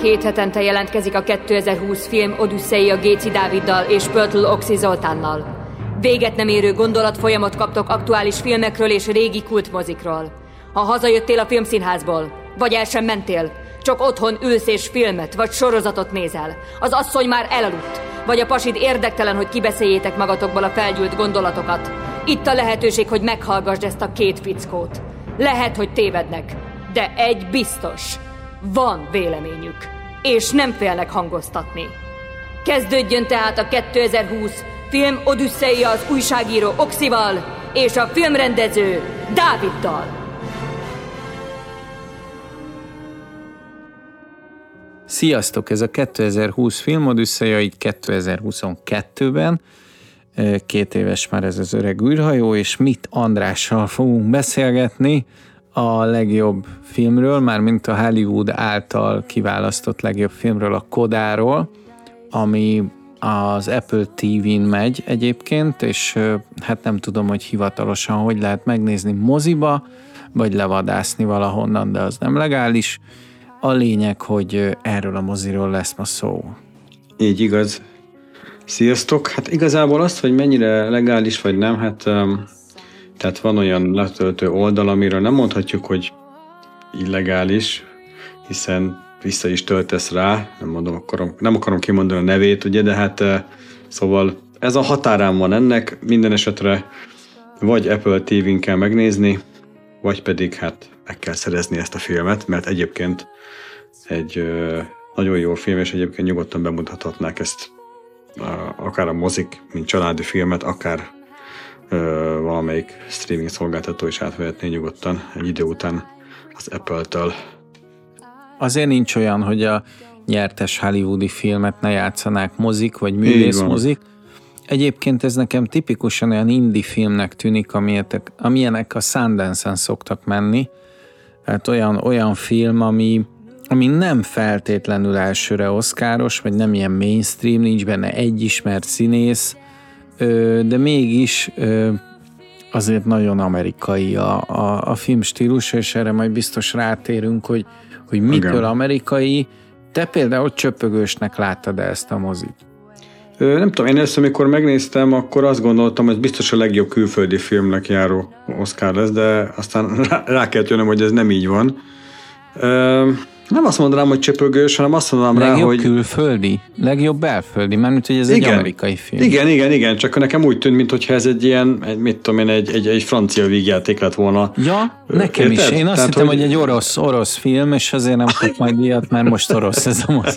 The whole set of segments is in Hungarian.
2 hetente jelentkezik a 2020 film Odüsszeia Géci Dáviddal és Pörtl Oxi Zoltánnal. Véget nem érő gondolatfolyamot kaptok aktuális filmekről és régi kultmozikról. Ha hazajöttél a filmszínházból, vagy el sem mentél, csak otthon ülsz és filmet vagy sorozatot nézel, az asszony már elaludt, vagy a pasid érdektelen, hogy kibeszéljétek magatokból a felgyűlt gondolatokat. Itt a lehetőség, hogy meghallgassd ezt a 2 fickót. Lehet, hogy tévednek, de egy biztos. Van véleményük, és nem félnek hangoztatni. Kezdődjön tehát a 2020 film Odüsszeia az újságíró Oxival és a filmrendező Dáviddal. Sziasztok! Ez a 2020 film Odüsszeia, így 2022-ben. 2 éves már ez az öreg űrhajó, és mit Andrással fogunk beszélgetni a legjobb filmről, mármint a Hollywood által kiválasztott legjobb filmről, a Kodáról, ami az Apple TV-n megy egyébként, és hát nem tudom, hogy hivatalosan hogy lehet megnézni moziba, vagy levadászni valahonnan, de az nem legális. A lényeg, hogy erről a moziról lesz ma szó. Így igaz. Sziasztok! Hát igazából azt, hogy mennyire legális vagy nem, hát tehát van olyan letöltő oldal, amiről nem mondhatjuk, hogy illegális, hiszen vissza is töltesz rá, nem akarom kimondani a nevét, ugye, de hát szóval ez a határán van ennek, minden esetre vagy Apple TV-n kell megnézni, vagy pedig hát meg kell szerezni ezt a filmet, mert egyébként egy nagyon jó film, és egyébként nyugodtan bemutathatnák ezt akár a mozik, mint családi filmet, akár valamelyik streaming szolgáltató is átvehetné nyugodtan egy idő után az Apple-től. Azért nincs olyan, hogy a nyertes hollywoodi filmet ne játszanák mozik, vagy művészmozik. Egyébként ez nekem tipikusan olyan indie filmnek tűnik, amilyenek a Sundance-en szoktak menni. Tehát olyan film, ami nem feltétlenül elsőre oszkáros, vagy nem ilyen mainstream, nincs benne egy ismert színész, de mégis azért nagyon amerikai a film stílusa, és erre majd biztos rátérünk, hogy mitől amerikai. Te például Csöpögősnek láttad ezt a mozit? Nem tudom, én először, amikor megnéztem, akkor azt gondoltam, hogy biztos a legjobb külföldi filmnek járó Oscar lesz, de aztán rá kellett jönnöm, hogy ez nem így van. Nem azt mondanám, hogy Csöpögős, hanem azt mondanám rá, hogy... Legjobb külföldi? Legjobb belföldi? Mármint, hogy ez egy amerikai film. Igen, csak nekem úgy tűnt, mintha ez egy ilyen, egy francia vígjáték lett volna. Ja, nekem is. Én azt hittem, hogy egy orosz film, és azért nem kap majd ilyet, mert most orosz ez a mozi.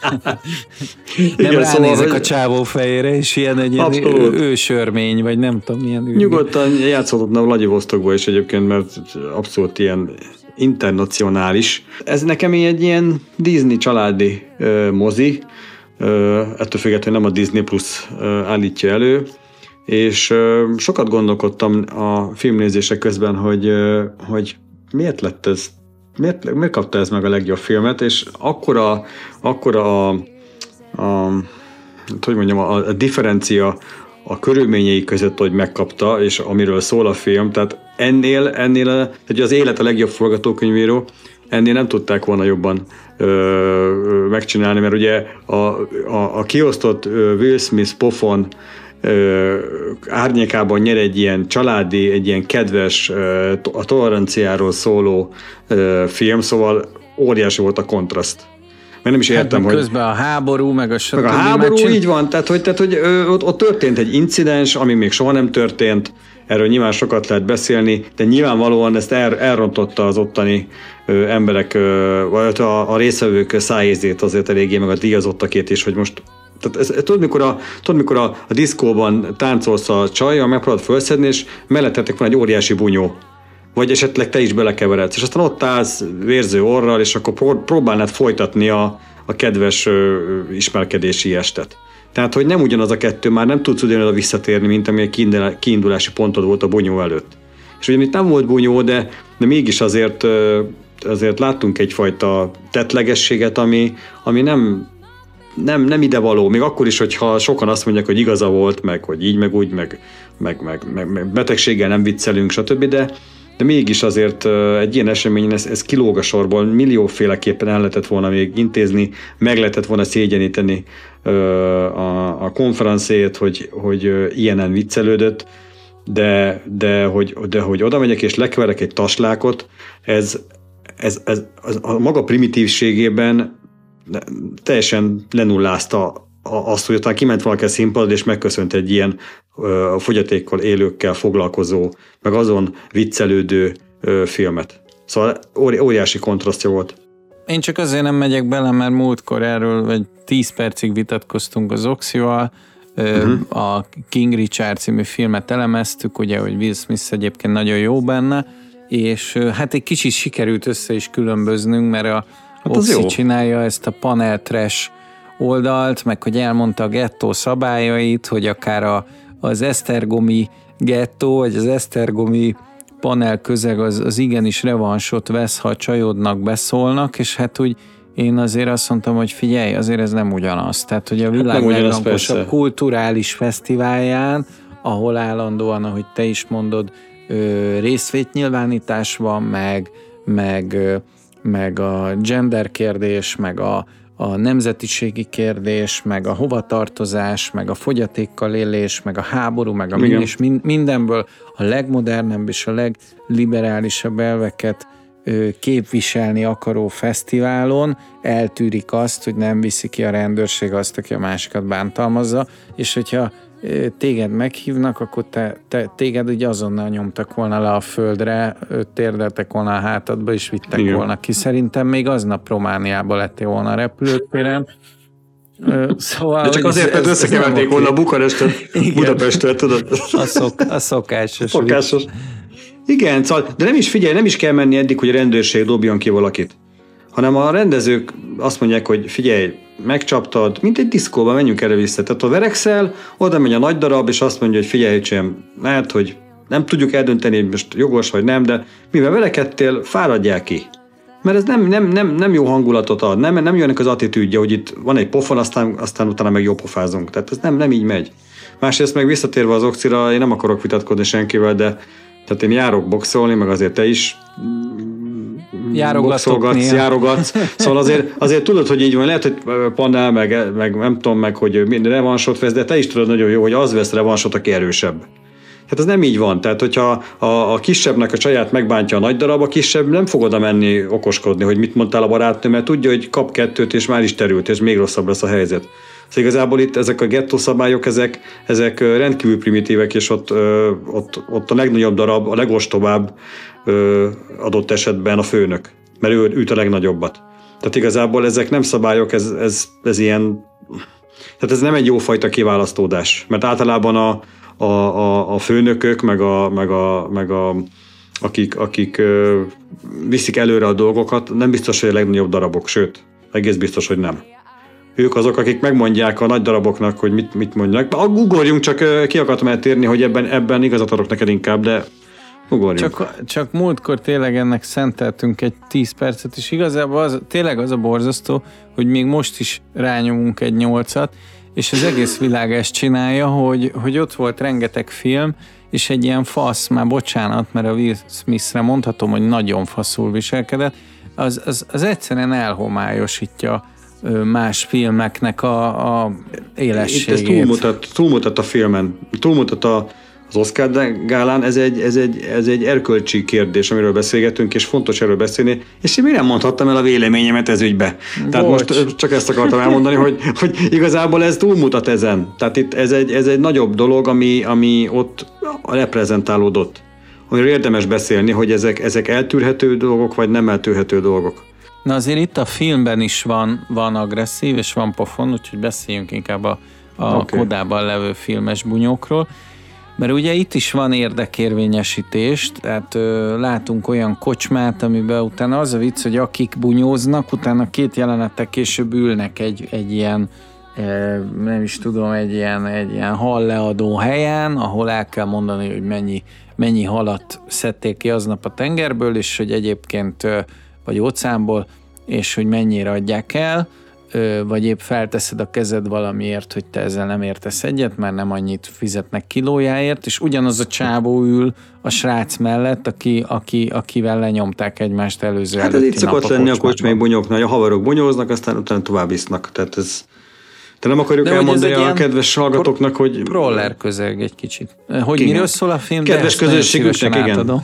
Nem ránézek a csávó fejére, és ilyen egy ősörmény, vagy nem tudom, milyen űrmény. Nyugodtan játszhatna Vladivostokba is egyébként, mert abszolút ilyen internacionális. Ez nekem egy ilyen Disney családi mozi, ettől függetlenül nem a Disney Plus állítja elő, és sokat gondolkodtam a filmnézések közben, hogy miért lett ez, miért kapta ez meg a legjobb filmet, és akkora a differencia a körülményei között, hogy megkapta, és amiről szól a film, tehát ennél hogy az élet a legjobb forgatókönyvíró, ennél nem tudták volna jobban megcsinálni, mert ugye a kiosztott Will Smith pofon árnyékában nyer egy ilyen családi, egy ilyen kedves, a toleranciáról szóló film, szóval óriási volt a kontraszt. Mert nem is értem, hogy... Közben a háború, meg a stb. Meg a háború, így van, tehát hogy ott történt egy incidens, ami még soha nem történt, erről nyilván sokat lehet beszélni, de nyilvánvalóan ezt elrontotta az ottani emberek, vagy a részvevők szájézét azért eléggé, meg a díjazottakét is, hogy most... Tehát tudod, mikor a diszkóban táncolsz a csajjal, megpróbálod felszedni, és mellettetek van egy óriási bunyó. Vagy esetleg te is belekeveredsz, és aztán ott állsz vérző orral, és akkor próbálnád folytatni a kedves ismerkedési estet. Tehát, hogy nem ugyanaz a kettő, már nem tudsz ugyanaz visszatérni, mint ami a kiindulási pontod volt a bunyó előtt. És ugyan itt nem volt bunyó, de mégis azért láttunk egyfajta tettlegességet, ami nem idevaló, még akkor is, hogyha sokan azt mondják, hogy igaza volt, meg hogy így, meg úgy, meg betegséggel nem viccelünk, stb., de mégis azért egy ilyen eseményen ez kilóg a sorból, millióféleképpen el lehetett volna még intézni, meg lehetett volna szégyeníteni a konferenciét, hogy ilyenen viccelődött, de hogy oda megyek és lekeverek egy taslákot, ez a maga primitívségében teljesen lenullázta azt, hogy utána kiment valaki a színpadra, és megköszönt egy ilyen a fogyatékkal élőkkel foglalkozó, meg azon viccelődő filmet. Szóval óriási kontrasztja volt. Én csak azért nem megyek bele, mert múltkor erről egy 10 percig vitatkoztunk az Oxival, a King Richard című filmet elemeztük, ugye, hogy Will Smith egyébként nagyon jó benne, és hát egy kicsit sikerült össze is különböznünk, mert a Oxy csinálja ezt a panel trash oldalt, meg hogy elmondta a gettó szabályait, hogy akár az esztergomi gettó, vagy az esztergomi panel közeg az igenis revansot vesz, ha a csajodnak beszólnak, és hát úgy én azért azt mondtam, hogy figyelj, azért ez nem ugyanaz. Tehát, hogy a világ legrangosabb kulturális fesztiválján, ahol állandóan, ahogy te is mondod, részvétnyilvánítás van, meg a gender kérdés, meg a nemzetiségi kérdés, meg a hovatartozás, meg a fogyatékkal élés, meg a háború, meg a és mindenből a legmodernebb és a legliberálisabb elveket képviselni akaró fesztiválon eltűrik azt, hogy nem viszi ki a rendőrség azt, aki a másikat bántalmazza, és hogyha téged meghívnak, akkor téged ugye azonnal nyomtak volna le a földre, térdeltek volna a hátadba, és vittek volna ki. Szerintem még aznap Romániába lettél volna a repülőtéren. Szóval, de csak azért, mert összekeverték volna Bukarestet, Budapestet, tudod? A szokásos. Igen, de nem is kell menni eddig, hogy a rendőrség dobjon ki valakit, hanem a rendezők azt mondják, hogy figyelj, megcsaptad, mint egy diszkóban, menjünk erre vissza. Tehát a verekszel, oda megy a nagy darab, és azt mondja, hogy figyelj, sem, lehet, hogy nem tudjuk eldönteni, hogy most jogos vagy nem, de mivel verekedtél, fáradják ki. Mert ez nem jó hangulatot ad, nem jönnek az attitűdje, hogy itt van egy pofon, aztán utána meg jó pofázunk. Tehát ez nem így megy. Másrészt meg visszatérve az Oxira, én nem akarok vitatkozni senkivel, de tehát én járok boxolni, meg azért te is járogatsz. Szóval azért tudod, hogy így van. Lehet, hogy panel, meg nem tudom, meg hogy revansot vesz, de te is tudod nagyon jó, hogy az vesz revansot, aki erősebb. Hát ez nem így van. Tehát, hogyha a kisebbnek a csaját megbántja a nagy darab, a kisebb nem fog oda menni okoskodni, hogy mit mondtál a barátnő, mert tudja, hogy kap 2 és már is terült, és még rosszabb lesz a helyzet. Szóval igazából itt ezek a gettó szabályok, ezek rendkívül primitívek, és ott a legnagyobb darab, a legostobább adott esetben a főnök, mert ő üt a legnagyobbat. Tehát igazából ezek nem szabályok, ez ilyen, tehát ez nem egy jófajta kiválasztódás, mert általában a főnökök, meg akik viszik előre a dolgokat, nem biztos, hogy a legnagyobb darabok, sőt, egész biztos, hogy nem. Ők azok, akik megmondják a nagy daraboknak, hogy mit mondják. Ugorjunk, csak ki akartam eltérni, hogy ebben igazat adok neked inkább, de ugorjunk. Csak múltkor tényleg ennek szenteltünk egy 10 percet, és igazából tényleg az a borzasztó, hogy még most is rányomunk egy 8-at, és az egész világ ezt csinálja, hogy ott volt rengeteg film, és egy ilyen fasz, már bocsánat, mert a Will Smithre mondhatom, hogy nagyon faszul viselkedett, az egyszerűen elhomályosítja más filmeknek a élességét. Ez túlmutat a filmen, túlmutat az Oscar gálán, ez egy erkölcsi kérdés, amiről beszélgetünk, és fontos erről beszélni, és én még nem mondhattam el a véleményemet ez ügybe. Tehát most csak ezt akartam elmondani, hogy igazából ez túlmutat ezen. Tehát itt ez egy nagyobb dolog, ami ott reprezentálódott. Amiről érdemes beszélni, hogy ezek eltűrhető dolgok, vagy nem eltűrhető dolgok. Na azért itt a filmben is van agresszív, és van pofon, úgyhogy beszéljünk inkább a kodában levő filmes bunyókról. Mert ugye itt is van érdekérvényesítés, tehát látunk olyan kocsmát, amiben utána az a vicc, hogy akik bunyóznak, utána 2 jelenettel később ülnek egy ilyen, nem is tudom, egy ilyen halleadó helyen, ahol el kell mondani, hogy mennyi halat szedték ki aznap a tengerből, és hogy egyébként vagy óceánból, és hogy mennyire adják el. vagy épp felteszed a kezed valamiért, hogy te ezzel nem értesz egyet, mert nem annyit fizetnek kilójáért, és ugyanaz a csávó ül a srác mellett, akivel lenyomták egymást előző előtti napok. Hát ez itt szokott lenni a kocsmai bonyóknál, a haverok bonyóznak, aztán utána tovább isznak. Tehát ez... Te nem akarjuk elmondani a kedves hallgatóknak, hogy... Roller közeg egy kicsit. Hogy miről szól a film, kedves közönségüknek, igen.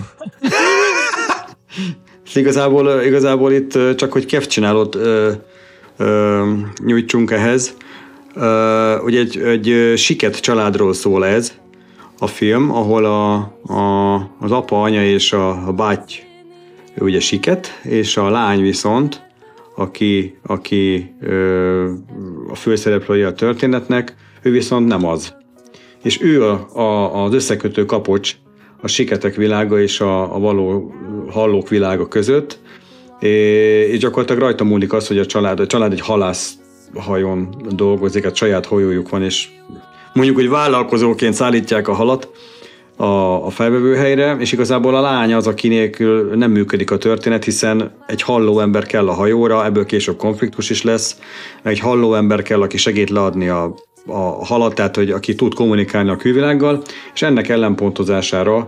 Igazából itt csak, hogy kevcsinálót nyújtsunk ehhez. Ugye egy siket családról szól ez a film, ahol az apa, anya és a báty ugye siket, és a lány viszont, aki a főszereplője a történetnek, ő viszont nem az. És ő az összekötő kapocs a siketek világa és a való hallók világa között, és gyakorlatilag rajta múlik az, hogy a család egy halászhajón dolgozik, egy saját hajójuk van, és mondjuk, hogy vállalkozóként szállítják a halat a felvevőhelyre, és igazából a lány az, aki nélkül nem működik a történet, hiszen egy halló ember kell a hajóra, ebből később konfliktus is lesz, egy halló ember kell, aki segít leadni a halat, tehát hogy aki tud kommunikálni a külvilággal, és ennek ellenpontozására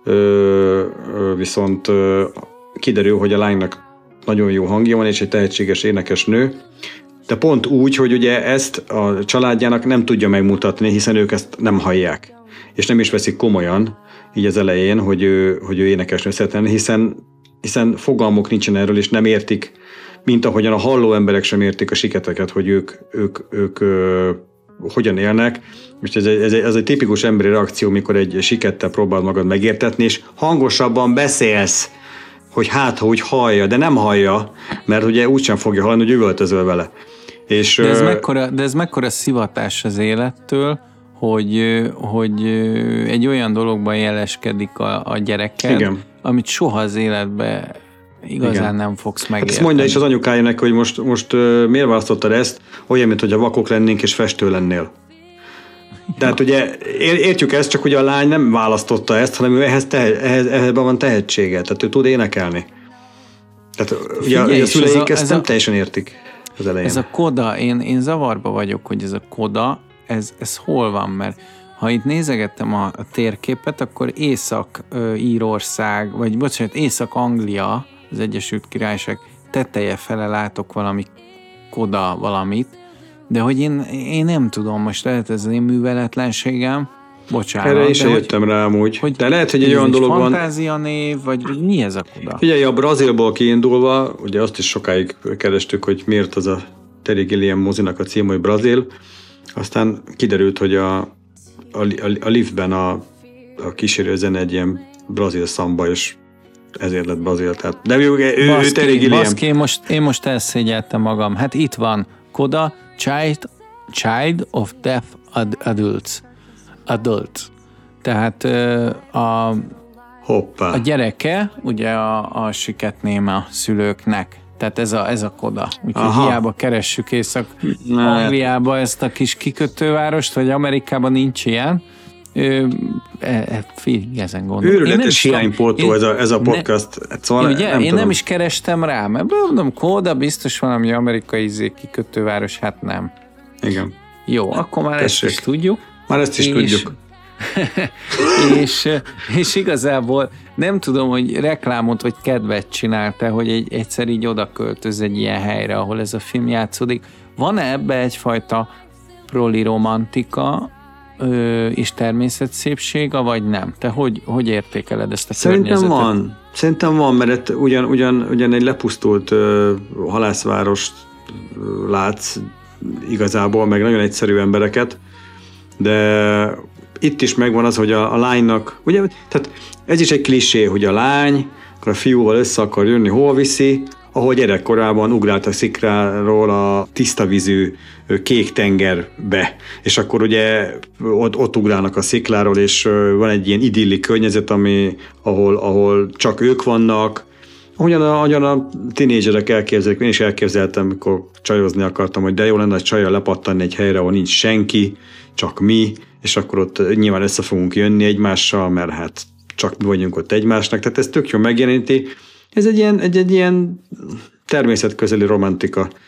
viszont kiderül, hogy a lánynak nagyon jó hangja van, és egy tehetséges énekesnő, de pont úgy, hogy ugye ezt a családjának nem tudja megmutatni, hiszen ők ezt nem hallják. És nem is veszik komolyan, így az elején, hogy ő énekesnő szeretne, hiszen fogalmuk nincsen erről, és nem értik, mint ahogyan a halló emberek sem értik a siketeket, hogy ők hogyan élnek. Most ez egy tipikus emberi reakció, mikor egy sikettel próbálod magad megértetni, és hangosabban beszélsz, hogy hát, ha úgy hallja, de nem hallja, mert ugye úgysem fogja hallani, hogy üvöltözöl vele. És, de ez mekkora szivatás az élettől, hogy egy olyan dologban jeleskedik a gyereked, igen, amit soha az életben igazán igen, nem fogsz megérteni. Hát ezt mondja is az anyukája neki, hogy most miért választottad ezt, olyan, mint hogy a vakok lennénk és festő lennél. Tehát ugye értjük ezt, csak ugye a lány nem választotta ezt, hanem ő ehhez van tehetsége, tehát ő tud énekelni. Tehát ugye a szüleik ezt nem teljesen értik az elején. Ez a koda, én zavarba vagyok, hogy ez a koda, ez hol van, mert ha itt nézegettem a térképet, akkor Észak-Írország, vagy bocsánat, Észak-Anglia, az Egyesült Királyság teteje fele látok valami koda valamit, de hogy én nem tudom, most lehet ez az én műveletlenségem, bocsánat. Erre is jöttem rá amúgy. De lehet, hogy egy olyan dolog van... fantázia név, vagy mi ez a koda? Figyelj, a Brazilból kiindulva, ugye azt is sokáig kerestük, hogy miért az a Terry Gilliam mozinak a cím, hogy Brazil, aztán kiderült, hogy a liftben a kísérő zene egy ilyen brazil szamba, és ezért lett Brazil. Tehát, de ő Terry Gilliam. Baszki, én most elszégyeltem magam. Hát itt van Koda, Child of Deaf Adults. Tehát a gyereke, ugye a siketnéma szülőknek. Tehát ez a koda. Úgyhogy hiába keressük Észak-Angliába ezt a kis kikötővárost, vagy Amerikában nincs ilyen. Ezen gondolom. Őrületes hiánypótló ez a podcast. Szóval én nem is kerestem rá, mert mondom, Koda biztos valami amerikai kikötőváros, hát nem. Igen. Jó, akkor már ezt is tudjuk. Már ezt is tudjuk. és igazából nem tudom, hogy reklámot vagy kedvet csinálta, hogy egyszer így oda költöz egy ilyen helyre, ahol ez a film játszódik. Van-e ebbe egyfajta proli romantika és természetszépség, vagy nem? Te hogy értékeled ezt a környezetet? Szerintem van, mert ugyan egy lepusztult halászvárost látsz igazából, meg nagyon egyszerű embereket, de itt is megvan az, hogy a lánynak, ugye, tehát ez is egy klisé, hogy a lány, akkor a fiúval össze akar jönni, hol viszi, ahol gyerekkorában ugrált a szikráról a tiszta vízű kék tengerbe, és akkor ugye ott ugrálnak a szikláról, és van egy ilyen idilli környezet, ahol csak ők vannak, ahogyan a tinédzserek elképzelik, én is elképzeltem, amikor csajozni akartam, hogy de jó lenne, hogy csajjal lepattanni egy helyre, ahol nincs senki, csak mi, és akkor ott nyilván össze fogunk jönni egymással, mert hát csak mi vagyunk ott egymásnak, tehát ez tök jó megjeleníti. Ez egy ilyen természetközeli romantika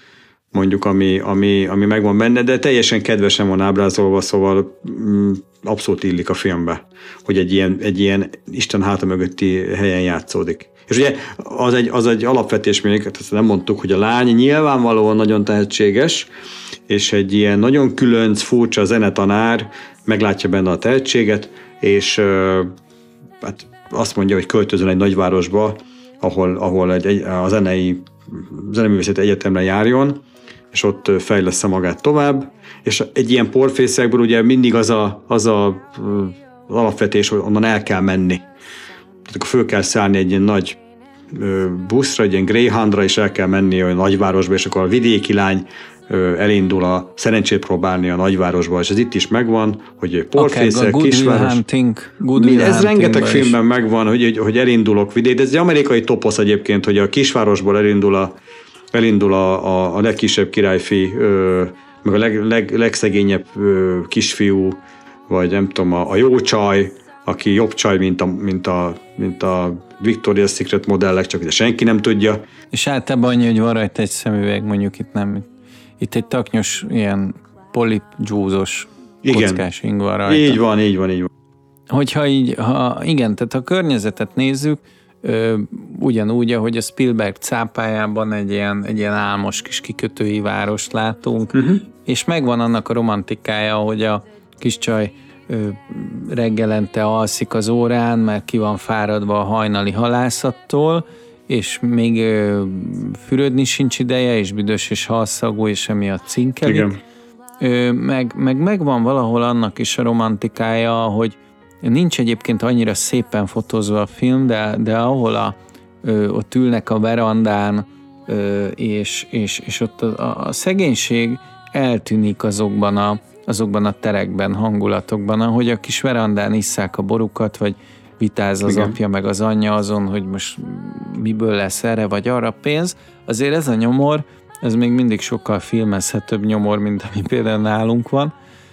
mondjuk, ami megvan benne, de teljesen kedvesen van ábrázolva, szóval abszolút illik a filmbe, hogy egy ilyen Isten háta mögötti helyen játszódik. És ugye az egy alapvetés, még ezt nem mondtuk, hogy a lány nyilvánvalóan nagyon tehetséges, és egy ilyen nagyon különc, furcsa zenetanár meglátja benne a tehetséget, és hát azt mondja, hogy költözön egy nagyvárosba, ahol a zeneművészeti egyetemre járjon, és ott fejlessze magát tovább, és egy ilyen porfészekből ugye mindig az alapvetés, hogy onnan el kell menni. Tehát akkor föl kell szállni egy ilyen nagy buszra, egy ilyen Greyhoundra, és el kell menni a nagyvárosba, és akkor a vidéki lány elindul a szerencsét próbálni a nagyvárosba, és ez itt is megvan, hogy porfészek, kisváros. Ez rengeteg filmben megvan, hogy elindulok vidék, de ez egy amerikai toposz egyébként, hogy a kisvárosból elindul a legkisebb királyfi, meg a legszegényebb kisfiú, vagy nem tudom, a jó csaj, aki jobb csaj, mint a Victoria's Secret modellek, csak ugye senki nem tudja. És általában annyi, hogy van rajta egy szemüveg, mondjuk itt nem. Itt egy taknyos, ilyen polipgyúzos kockás ing van rajta. Így van. Hogyha igen, tehát a környezetet nézzük, ugyanúgy, ahogy a Spielberg cápájában egy ilyen álmos kis kikötői várost látunk, és megvan annak a romantikája, hogy a kis csaj reggelente alszik az órán, mert ki van fáradva a hajnali halászattól, és még fürödni sincs ideje, és büdös és halszagú, és emiatt cinkelik. Megvan valahol annak is a romantikája, hogy nincs egyébként annyira szépen fotózva a film, de ahol ott ülnek a verandán, és ott a szegénység eltűnik azokban a terekben, hangulatokban, ahogy a kis verandán isszák a borukat, vagy vitáz az apja meg az anyja azon, hogy most miből lesz erre vagy arra pénz. Azért ez a nyomor, ez még mindig sokkal filmezhetőbb nyomor, mint ami például nálunk van.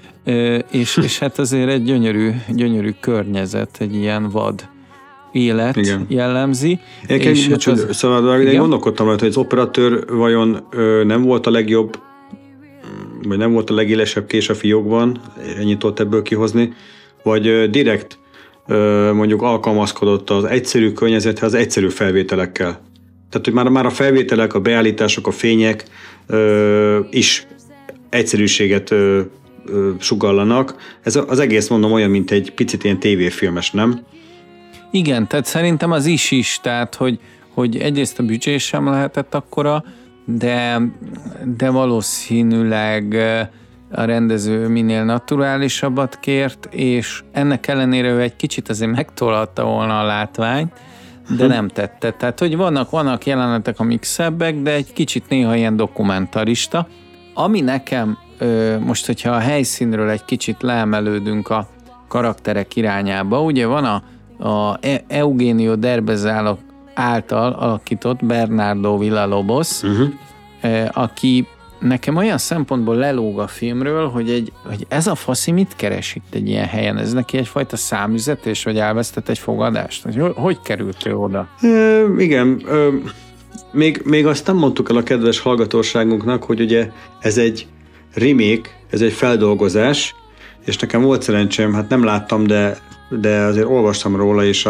És hát azért egy gyönyörű környezet, egy ilyen vad élet jellemzi. Én gondolkodtam rajta, hogy az operatőr vajon nem volt a legjobb, vagy nem volt a legélesebb kés a fiókban, ennyit tudott ebből kihozni, vagy direkt mondjuk alkalmazkodott az egyszerű környezethez, az egyszerű felvételekkel. Tehát, hogy már a felvételek, a beállítások, a fények is egyszerűséget sugallanak. Ez az egész, mondom, olyan, mint egy picit ilyen tévéfilmes, nem? Igen, tehát szerintem az is, tehát, hogy egyrészt a büdzsé sem lehetett akkora, de valószínűleg a rendező minél naturálisabbat kért, és ennek ellenére ő egy kicsit azért megtolhatta volna a látványt, de nem tette. Tehát, hogy vannak jelenetek, amik szebbek, de egy kicsit néha ilyen dokumentarista. Ami nekem, most, hogyha a helyszínről egy kicsit leemelődünk a karakterek irányába, ugye van a Eugenio Derbez által alakított Bernardo Villalobos, aki nekem olyan szempontból lelóg a filmről, hogy ez a faszi mit keres itt egy ilyen helyen? Ez neki egyfajta számüzetés, vagy elvesztett egy fogadást? Hogy került ő oda? Igen, még azt nem mondtuk el a kedves hallgatóságunknak, hogy ugye ez egy remake, ez egy feldolgozás, és nekem volt szerencsém, hát nem láttam, de azért olvastam róla, és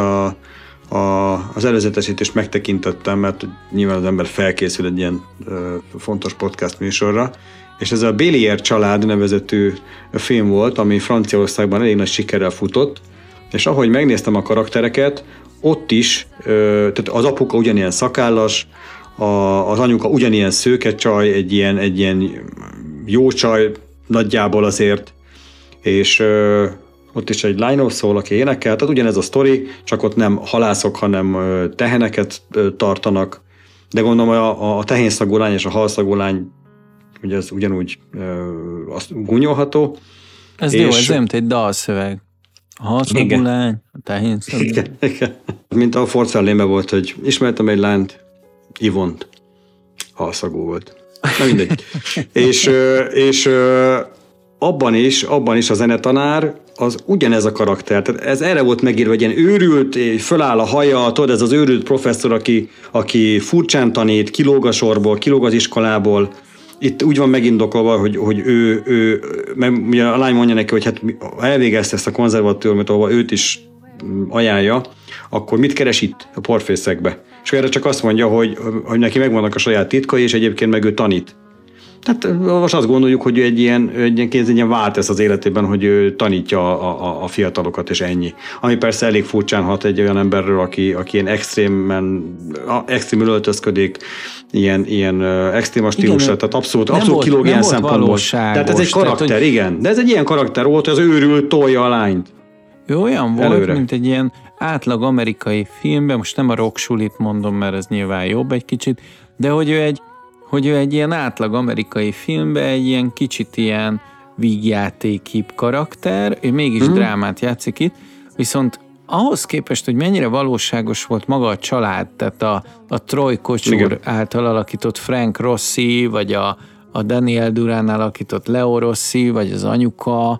az előzetesét is megtekintettem, mert nyilván az ember felkészül egy ilyen fontos podcast műsorra, és ez a Bélier család nevezetű film volt, ami Franciaországban elég nagy sikerrel futott, és ahogy megnéztem a karaktereket, ott is, tehát az apuka ugyanilyen szakállas, az anyuka ugyanilyen szőke csaj, egy ilyen jó csaj nagyjából azért, és ott is egy lányról szól, aki énekel, tehát ugyanez a sztori, csak ott nem halászok, hanem teheneket tartanak, de gondolom a tehénszagú lány és a halszagú lány, ugye ez ugyanúgy azt gúnyolható. Ez jó, ez nem egy dalszöveg. A halszagú lány, a tehénszagú. Igen. Mint a Ford Fairlane-ben volt, hogy ismertem egy lányt, Ivont, halszagú volt. Na mindegy. és abban is a zenetanár az ugyanez a karakter. Tehát ez erre volt megírva, hogy ilyen őrült, föláll a haja, tudod, ez az őrült professzor, aki furcsán tanít, kilóg a sorból, kilóg az iskolából, itt úgy van megindokolva, hogy ő mert ugye a lány mondja neki, hogy hát ha elvégezte ezt a konzervatóriumot, ahol őt is ajánlja, akkor mit keres itt a porfészekbe? És erre csak azt mondja, hogy neki megvannak a saját titkai, és egyébként meg ő tanít. Tehát most azt gondoljuk, hogy ő egy ilyen váltesz az életében, hogy ő tanítja a fiatalokat, és ennyi. Ami persze elég furcsán hat egy olyan emberről, aki ilyen extrém öltözködik, ilyen extrém a stílusra, tehát abszolút kilóg ilyen szempontból. Tehát ez egy karakter, tehát, igen. De ez egy ilyen karakter volt, hogy az őrült tolja a lányt. Ő olyan volt, előre, mint egy ilyen átlag amerikai filmben, most nem a Rock Sulit mondom, mert ez nyilván jobb egy kicsit, de hogy ő egy ilyen átlag amerikai filmben egy ilyen kicsit ilyen vígjátékibb karakter, ő mégis drámát játszik itt, viszont ahhoz képest, hogy mennyire valóságos volt maga a család, tehát a Troy Kocsur által alakított Frank Rossi, vagy a Daniel Duran alakított Leo Rossi, vagy az anyuka,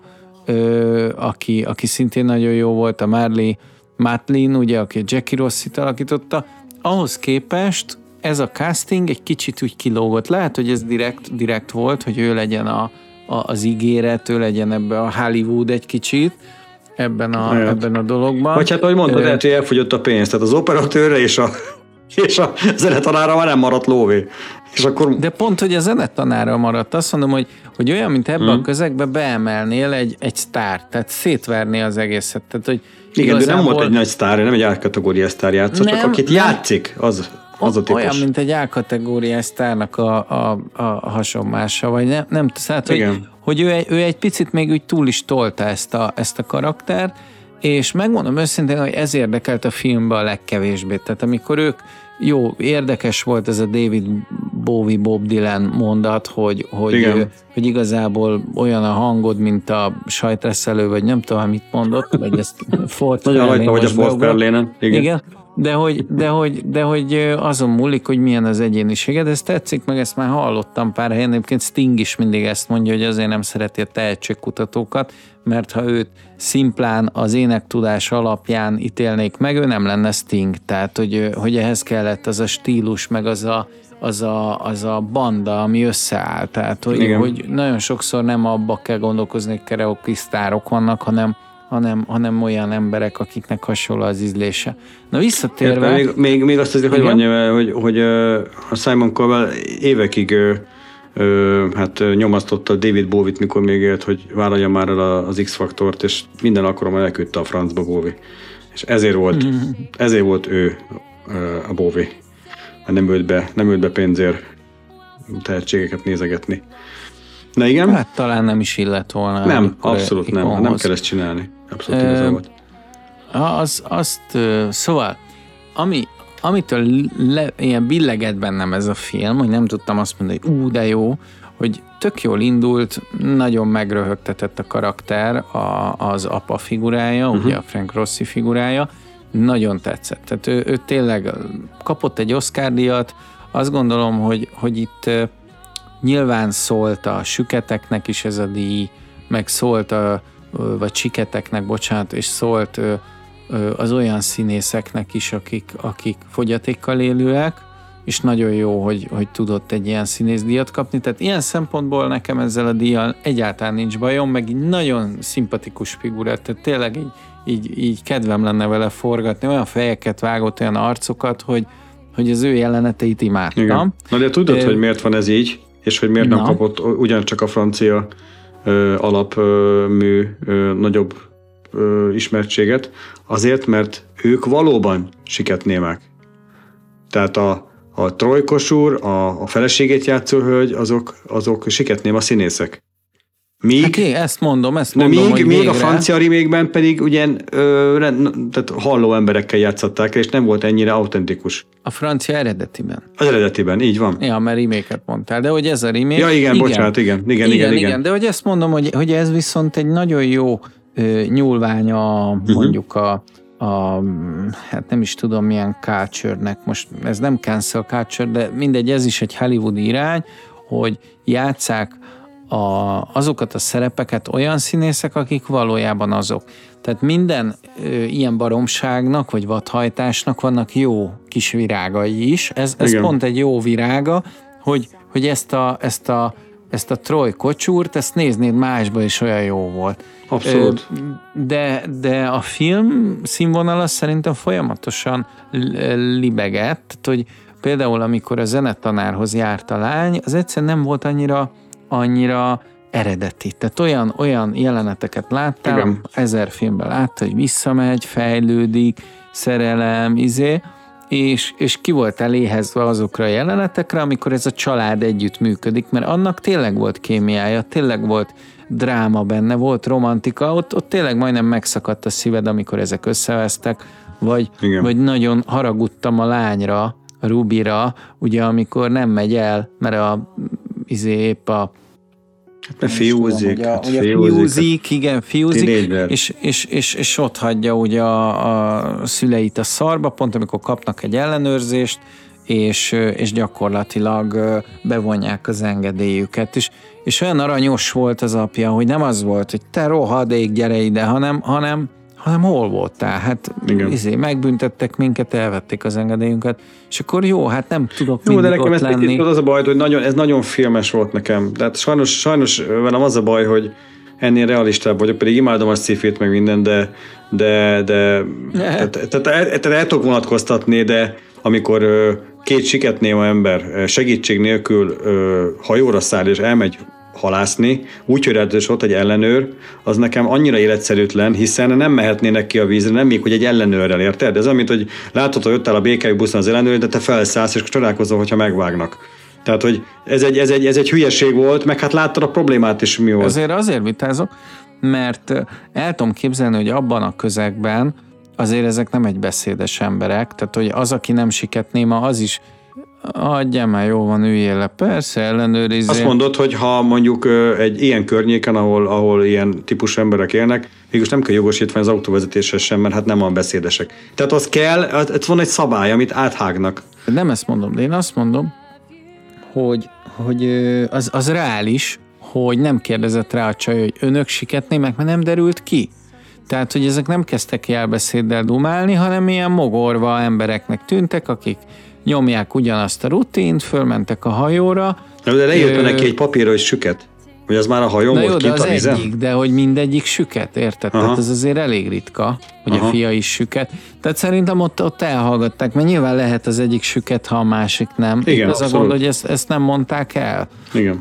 aki szintén nagyon jó volt, a Marley Matlin, ugye, aki Jackie Rossit alakította, ahhoz képest ez a casting egy kicsit úgy kilógott. Lehet, hogy ez direkt volt, hogy ő legyen az ígéret, ő legyen ebbe a Hollywood egy kicsit, ebben a dologban. Vagy hát, ahogy mondod, lehet, hogy elfogyott a pénz, tehát az operatőrre és a zenetanára már nem maradt lóvé. És akkor... De pont, hogy a zenetanára maradt, azt mondom, hogy olyan, mint ebben a közegbe beemelnél egy sztárt, tehát szétverné az egészet. Tehát, hogy igen, de nem volt egy nagy sztár, nem egy A-kategóriás sztár játszott, csak akit játszik, az a típus. Olyan, mint egy A-kategóriás sztárnak a hasonmása, vagy nem tehát, hogy ő egy picit még úgy túl is tolta ezt a karaktert, és megmondom őszintén, hogy ez érdekelt a filmben a legkevésbé. Tehát amikor jó, érdekes volt ez a David Bowie, Bob Dylan mondat, hogy igazából olyan a hangod, mint a sajtreszelő, vagy nem tudom, mit mondott, vagy ezt Ford nagyon rajta, hogy a Ford Fairlane-en. Igen. De hogy azon múlik, hogy milyen az egyéniséged, ez tetszik, meg ezt már hallottam pár helyen, egyébként Sting is mindig ezt mondja, hogy azért nem szereti a tehetségkutatókat, mert ha őt szimplán az énektudás alapján ítélnék meg, ő nem lenne Sting, tehát hogy ehhez kellett az a stílus, meg az a banda, ami összeáll, tehát hogy nagyon sokszor nem abba kell gondolkozni, hogy karaoke sztárok vannak, hanem olyan emberek, akiknek hasonló az ízlése. Na visszatérve... Még azt azért, hogy mondja, hogy a Simon Cowell évekig nyomasztotta David Bowie-t, mikor még élt, hogy vállalja már el az X-faktort, és minden alkalommal elküldte a francba Bowie. És ezért volt ő a Bowie. Nem ült be pénzért tehetségeket nézegetni. Na igen? Hát talán nem is illett volna. Nem, abszolút nem. Nem kell ezt csinálni. Abszolút igazán volt. Szóval, amitől ilyen billegett bennem ez a film, hogy nem tudtam azt mondani, hogy de jó, hogy tök jól indult, nagyon megröhögtetett a karakter, az apa figurája, ugye a Frank Rossi figurája, nagyon tetszett. Tehát ő tényleg kapott egy Oscar-díjat, azt gondolom, hogy itt nyilván szólt a süketeknek is ez a díj, meg szólt vagy csiketeknek, bocsánat, és szólt az olyan színészeknek is, akik fogyatékkal élőek, és nagyon jó, hogy tudott egy ilyen színészdíjat kapni. Tehát ilyen szempontból nekem ezzel a díjjal egyáltalán nincs bajom, meg egy nagyon szimpatikus figura, tehát tényleg így kedvem lenne vele forgatni, olyan fejeket vágott, olyan arcokat, hogy az ő jeleneteit imádtam. Igen. Na de tudod, hogy miért van ez így? És hogy miért nem kapott ugyancsak a francia alapmű nagyobb ismertséget? Azért, mert ők valóban siketnémek. Tehát a Troy Kocsur, a feleségét játszó hölgy, azok siketném a színészek. Ezt mondom, még a francia remake-ben pedig ugye tehát halló emberekkel játszották, és nem volt ennyire autentikus. A francia eredetiben? Az eredetiben, így van. Ja, mert remake-et mondtál, de hogy ez a remake... Ja, igen, bocsánat, igen. De hogy ezt mondom, hogy ez viszont egy nagyon jó nyúlványa, mondjuk hát nem is tudom milyen culture-nek, most ez nem cancel culture, de mindegy, ez is egy Hollywood irány, hogy játsszák azokat a szerepeket olyan színészek, akik valójában azok. Tehát minden ilyen baromságnak, vagy vadhajtásnak vannak jó kis virágai is. Ez pont egy jó virága, hogy hogy ezt a Troy kocsúrt, ezt néznéd másba is olyan jó volt. Abszolút. De a film színvonala szerintem folyamatosan libegett, hogy például amikor a zenetanárhoz járt a lány, az egyszerűen nem volt annyira eredeti. Tehát olyan jeleneteket láttam, igen. 1000 filmben látta, hogy visszamegy, fejlődik, szerelem, és ki volt eléhezve azokra a jelenetekre, amikor ez a család együtt működik, mert annak tényleg volt kémiája, tényleg volt dráma benne, volt romantika, ott tényleg majdnem megszakadt a szíved, amikor ezek összevesztek, vagy nagyon haragudtam a lányra, a Rubira, ugye amikor nem megy el, mert fiúzik, és ott hagyja ugye a szüleit a szarba, pont amikor kapnak egy ellenőrzést, és gyakorlatilag bevonják az engedélyüket. És olyan aranyos volt az apja, hogy nem az volt, hogy te rohadék, gyere ide, hanem hol voltál? Hát megbüntettek minket, elvették az engedélyünket, és akkor jó, hát nem tudok mindig ott lenni. Jó, de az a baj, hogy ez nagyon filmes volt nekem. Tehát sajnos velem az a baj, hogy ennél realistább vagyok, pedig imádom a sci-fit meg minden, de el tudok vonatkoztatni, de amikor két siketnéma ember segítség nélkül hajóra száll és elmegy halászni, úgyhogy ráadásul ott egy ellenőr, az nekem annyira életszerűtlen, hiszen nem mehetnének ki a vízre, nem még, hogy egy ellenőrrel, érted? Ez amit, hogy látod, hogy ott áll a BKV buszon az ellenőr, de te felszállsz, és csodálkozol, hogyha megvágnak. Tehát, hogy ez egy hülyeség volt, meg hát láttad a problémát is, mi volt. Azért vitázok, mert el tudom képzelni, hogy abban a közegben azért ezek nem egy beszédes emberek, tehát, hogy az, aki nem siketnéma, az is adjál már, jó van, üljél le, persze, ellenőrizzél. Azt mondod, hogy ha mondjuk egy ilyen környéken, ahol ilyen típusú emberek élnek, mégis nem kell jogosítani az autóvezetéshez sem, mert hát nem van beszédesek. Tehát az kell, van egy szabály, amit áthágnak. Nem ezt mondom, de én azt mondom, hogy az reális, hogy nem kérdezett rá a csaj, hogy önök siketnémek, mert nem derült ki. Tehát, hogy ezek nem kezdtek jelbeszéddel dumálni, hanem ilyen mogorva embereknek tűntek, akik nyomják ugyanazt a rutint, fölmentek a hajóra. De leírta neki egy papírra, hogy süket. Hogy az már a hajón volt kint a vízen? Egyik, de hogy mindegyik süket, érted? Aha. Tehát ez azért elég ritka, hogy a fia is süket. Tehát szerintem ott elhallgatták, mert nyilván lehet az egyik süket, ha a másik nem. Igen, ez a gond, hogy ezt nem mondták el. Igen.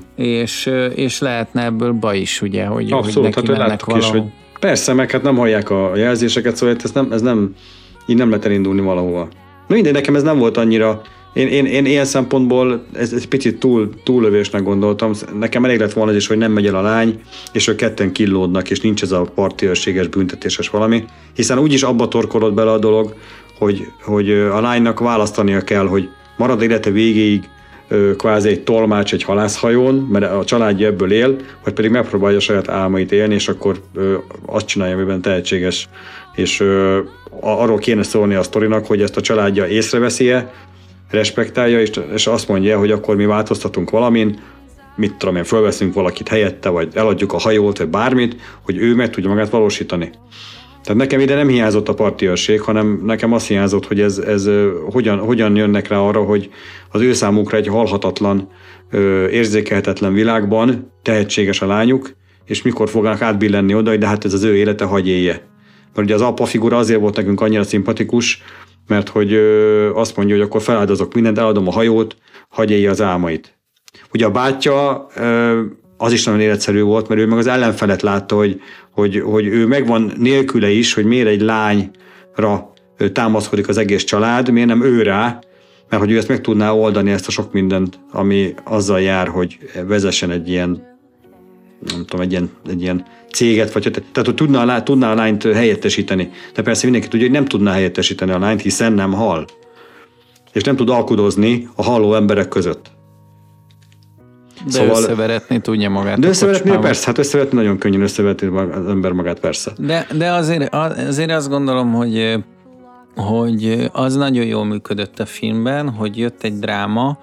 És lehetne ebből baj is, ugye, hogy abszolút, neki mennek valahol. Hogy persze, meg hát nem hallják a jelzéseket, szóval ez nem így nem lehet elindulni valahova. Mindegy, nekem ez nem volt annyira. Én ilyen szempontból ez egy picit túllövésnek gondoltam. Nekem elég lett volna az is, hogy nem megy el a lány, és ők ketten killódnak, és nincs ez a partiőrséges, büntetéses valami. Hiszen úgyis abba torkolod bele a dolog, hogy a lánynak választania kell, hogy marad élete végéig kvázi egy tolmács egy halászhajón, mert a családja ebből él, vagy pedig megpróbálja a saját álmait élni, és akkor azt csinálja, amiben tehetséges. És arról kéne szólni a sztorinak, hogy ezt a családja észreveszi-e, respektálja, és azt mondja, hogy akkor mi változtatunk valamin, mit tudom én, fölveszünk valakit helyette, vagy eladjuk a hajót, vagy bármit, hogy ő meg tudja magát valósítani. Tehát nekem ide nem hiányzott a partiőrség, hanem nekem azt hiányzott, hogy ez hogyan jönnek rá arra, hogy az ő számukra egy halhatatlan, érzékelhetetlen világban tehetséges a lányuk, és mikor fognak átbillenni oda, de hát ez az ő élete, hagy élje. Mert ugye az apa figura azért volt nekünk annyira szimpatikus, mert hogy azt mondja, hogy akkor feláldozok mindent, eladom a hajót, hagy élje az álmait. Ugye a bátyja az is nagyon életszerű volt, mert ő meg az ellenfelet látta, hogy ő megvan nélküle is, hogy miért egy lányra támaszkodik az egész család, miért nem ő rá, mert hogy ő ezt meg tudná oldani, ezt a sok mindent, ami azzal jár, hogy vezessen egy ilyen, nem tudom, egy ilyen céget, vagy tehát hogy tudná a lányt helyettesíteni. De persze mindenki tudja, hogy nem tudná helyettesíteni a lányt, hiszen nem hal. És nem tud alkudozni a halló emberek között. De szóval, összeveretni tudja magát. De összeveretni, persze, hát összeveretni nagyon könnyű, összeveretni az ember magát, persze. De azért azt gondolom, hogy az nagyon jól működött a filmben, hogy jött egy dráma,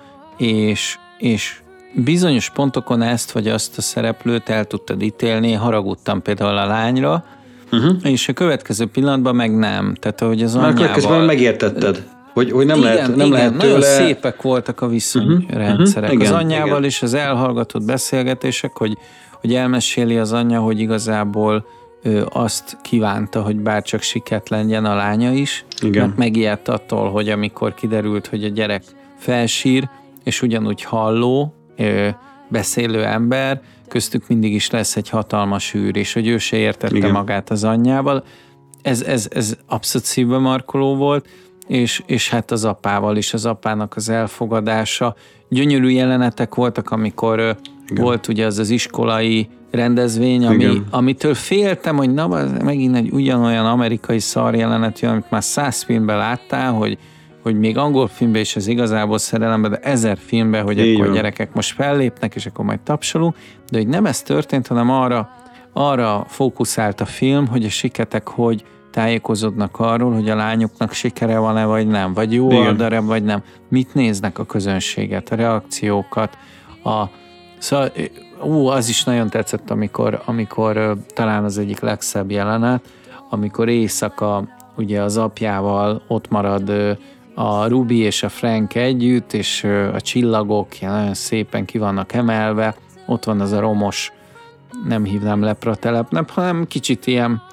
és bizonyos pontokon ezt vagy azt a szereplőt el tudtad ítélni, haragudtam például a lányra, és a következő pillanatban meg nem. Tehát, hogy az anyjával... Már közben megértetted. hogy nem lehet tőle... Nagyon szépek voltak a viszonyrendszerek. Az anyjával is az elhallgatott beszélgetések, hogy elmeséli az anyja, hogy igazából azt kívánta, hogy bárcsak siket legyen a lánya is, mert megijedt attól, hogy amikor kiderült, hogy a gyerek felsír, és ugyanúgy halló, beszélő ember, köztük mindig is lesz egy hatalmas űr, és hogy ő se értette magát az anyjával. Ez abszolút szívbe markoló volt, és hát az apával is, az apának az elfogadása. Gyönyörű jelenetek voltak, amikor volt ugye az iskolai rendezvény, amitől féltem, hogy megint egy ugyanolyan amerikai szar jelenet jön, amit már 100 filmben láttál, hogy még angol filmben is ez igazából szerelemben, de 1000 filmben, hogy akkor a gyerekek most fellépnek, és akkor majd tapsolunk, de hogy nem ez történt, hanem arra fókuszált a film, hogy a siketek hogy tájékozódnak arról, hogy a lányoknak sikere van-e, vagy nem, vagy jó a darab, vagy nem. Mit néznek a közönséget, a reakciókat. Szóval, az is nagyon tetszett, amikor talán az egyik legszebb jelenet, amikor éjszaka ugye az apjával ott marad a Ruby és a Frank együtt, és a csillagok nagyon szépen ki vannak emelve, ott van az a romos, nem hívnám lepratelepnek, hanem kicsit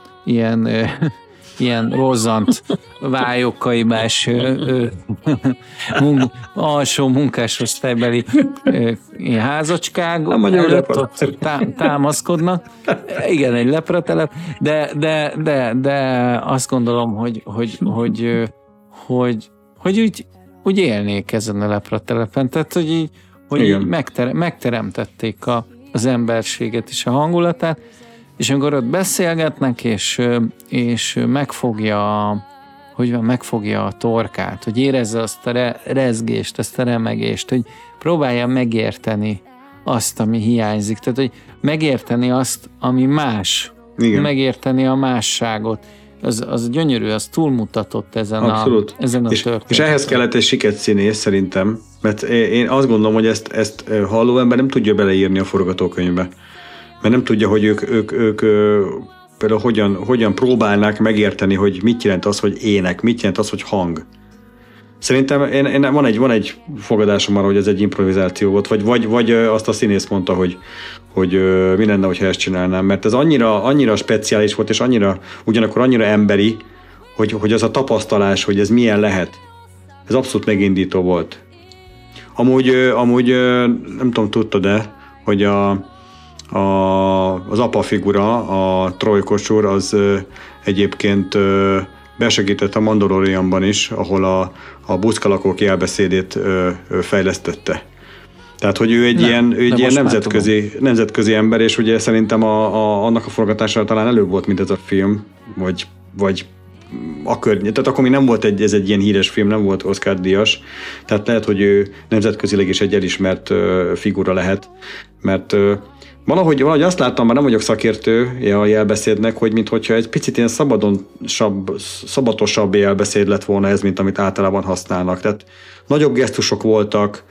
ilyen rozzant vályokkaibás alsó munkásosztálybeli házacskák ott támaszkodnak. Igen, egy lepratelep, de azt gondolom, hogy úgy élnék ezen a lepratelepen. Tehát, hogy így megteremtették az emberséget és a hangulatát, és amikor ott beszélgetnek, és megfogja a torkát, hogy érezze azt a rezgést, azt a remegést, hogy próbálja megérteni azt, ami hiányzik. Tehát, hogy megérteni azt, ami más. Igen. Megérteni a másságot. Az gyönyörű, az túlmutatott ezen a történeten. És ehhez kellett egy siket színész szerintem, mert én azt gondolom, hogy ezt halló ember nem tudja beleírni a forgatókönyvbe. Mert nem tudja, hogy ők például hogyan próbálnák megérteni, hogy mit jelent az, hogy ének, mit jelent az, hogy hang. Szerintem van egy fogadásom arra, hogy ez egy improvizáció volt, vagy azt a színész mondta, hogy mi lenne, hogyha ezt csinálnám, mert ez annyira speciális volt, és ugyanakkor annyira emberi, hogy az a tapasztalás, hogy ez milyen lehet, ez abszolút megindító volt. Amúgy nem tudom, tudtad-e, hogy az apa figura, a Troy Kotsur, az egyébként besegített a Mandalorianban is, ahol a buszkalakók jelbeszédét fejlesztette. Tehát, hogy ő egy ilyen nemzetközi ember, és ugye szerintem annak a forgatására talán előbb volt, mint ez a film, vagy tehát akkor még nem volt ez egy ilyen híres film, nem volt Oscar-díjas, tehát lehet, hogy ő nemzetközileg is egy elismert figura lehet, mert valahogy azt láttam, már nem vagyok szakértő a jelbeszédnek, hogy minthogyha egy picit ilyen szabatosabb jelbeszéd lett volna ez, mint amit általában használnak. Tehát nagyobb gesztusok voltak,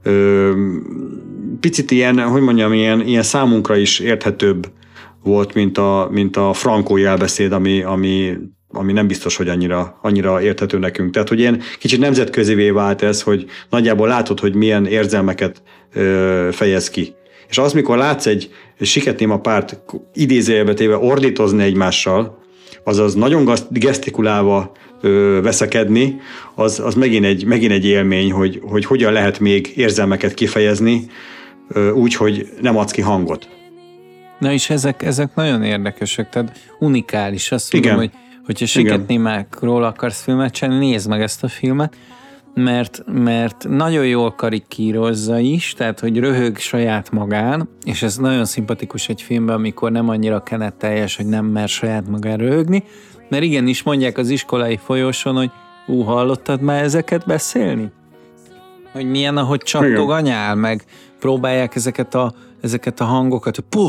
picit ilyen számunkra is érthetőbb volt, mint a frankó jelbeszéd, ami nem biztos, hogy annyira érthető nekünk. Tehát, hogy ilyen kicsit nemzetközivé vált ez, hogy nagyjából látod, hogy milyen érzelmeket fejez ki. És az, mikor látsz egy siketnéma párt idézőjelbe téve ordítozni egymással, azaz nagyon gesztikulálva veszekedni, az megint egy élmény, hogy hogyan lehet még érzelmeket kifejezni, úgy, hogy nem adsz ki hangot. Na és ezek nagyon érdekesek, tehát unikális. Azt tudom, hogyha siketnémákról akarsz filmet csinálni, nézd meg ezt a filmet, mert nagyon jól karikírozza is, tehát hogy röhög saját magán, és ez nagyon szimpatikus egy filmben, amikor nem annyira kenetteljes, hogy nem mer saját magán röhögni, mert igenis mondják az iskolai folyosón, hogy hallottad már ezeket beszélni? Hogy milyen, ahogy csattog a nyál, meg próbálják ezeket a hangokat, hogy